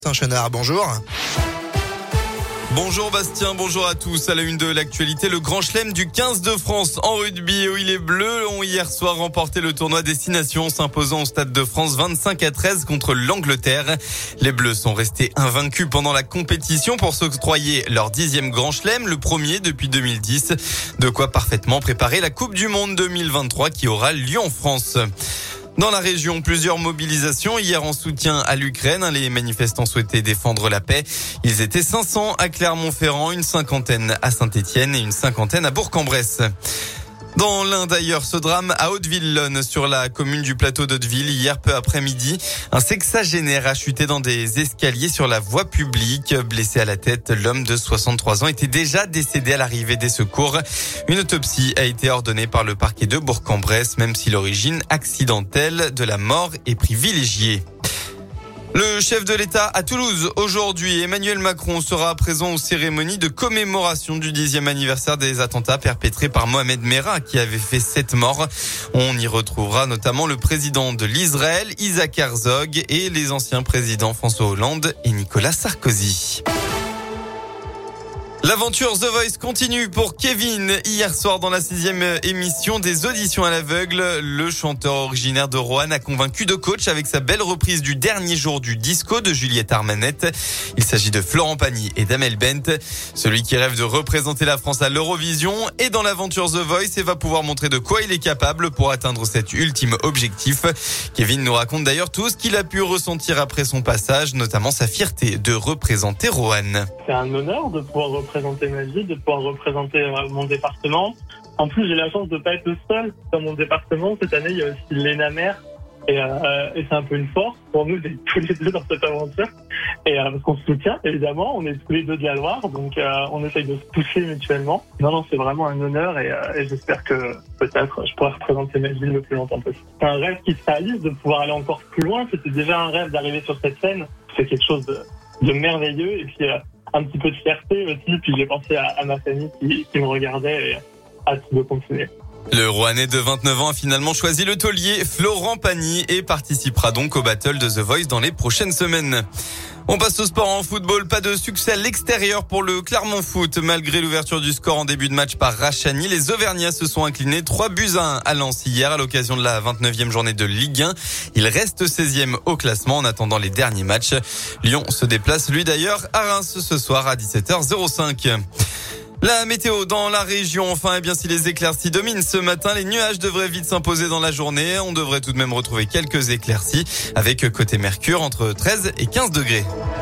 Chenard, bonjour. Bonjour Bastien, bonjour à tous. À la une de l'actualité, le grand chelem du 15 de France en rugby où les Bleus ont hier soir remporté le tournoi Destination, s'imposant au Stade de France 25-13 contre l'Angleterre. Les Bleus sont restés invaincus pendant la compétition pour s'octroyer leur 10e grand chelem, le premier depuis 2010. De quoi parfaitement préparer la Coupe du Monde 2023 qui aura lieu en France. Dans la région, plusieurs mobilisations hier en soutien à l'Ukraine. Les manifestants souhaitaient défendre la paix. Ils étaient 500 à Clermont-Ferrand, une cinquantaine à Saint-Étienne et une cinquantaine à Bourg-en-Bresse. Dans l'un d'ailleurs, ce drame à Hauteville-Lonne, sur la commune du plateau d'Hauteville, hier peu après-midi, un sexagénaire a chuté dans des escaliers sur la voie publique. Blessé à la tête, l'homme de 63 ans était déjà décédé à l'arrivée des secours. Une autopsie a été ordonnée par le parquet de Bourg-en-Bresse, même si l'origine accidentelle de la mort est privilégiée. Le chef de l'État à Toulouse aujourd'hui, Emmanuel Macron sera présent aux cérémonies de commémoration du 10e anniversaire des attentats perpétrés par Mohamed Merah qui avait fait 7 morts. On y retrouvera notamment le président de l'Israël, Isaac Herzog, et les anciens présidents François Hollande et Nicolas Sarkozy. L'aventure The Voice continue pour Kevin. Hier soir, dans la 6e émission des auditions à l'aveugle, le chanteur originaire de Roanne a convaincu de coach avec sa belle reprise du dernier jour du disco de Juliette Armanet. Il s'agit de Florent Pagny et d'Amel Bent. Celui qui rêve de représenter la France à l'Eurovision est dans l'aventure The Voice et va pouvoir montrer de quoi il est capable pour atteindre cet ultime objectif. Kevin nous raconte d'ailleurs tout ce qu'il a pu ressentir après son passage, notamment sa fierté de représenter Roanne. C'est un honneur de pouvoir représenter ma ville, de pouvoir représenter mon département. En plus, j'ai la chance de pas être le seul dans mon département. Cette année, il y a aussi Léna Mère. Et c'est un peu une force pour nous d'être tous les deux dans cette aventure. Et parce qu'on se soutient, évidemment. On est tous les deux de la Loire, donc on essaye de se pousser mutuellement. Non, c'est vraiment un honneur et j'espère que peut-être je pourrai représenter ma ville le plus longtemps possible. C'est un rêve qui se réalise de pouvoir aller encore plus loin. C'était déjà un rêve d'arriver sur cette scène. C'est quelque chose de merveilleux. Et puis un petit peu de fierté aussi, puis j'ai pensé à ma famille qui me regardait et hâte de continuer. Le Rouennais de 29 ans a finalement choisi le taulier Florent Pagny et participera donc au battle de The Voice dans les prochaines semaines. On passe au sport en football. Pas de succès à l'extérieur pour le Clermont Foot. Malgré l'ouverture du score en début de match par Rachani, les Auvergnats se sont inclinés 3-1 à Lens hier à l'occasion de la 29e journée de Ligue 1. Il reste 16e au classement en attendant les derniers matchs. Lyon se déplace lui d'ailleurs à Reims ce soir à 17h05. La météo dans la région, enfin, si les éclaircies dominent ce matin, les nuages devraient vite s'imposer dans la journée. On devrait tout de même retrouver quelques éclaircies avec côté Mercure entre 13 et 15 degrés.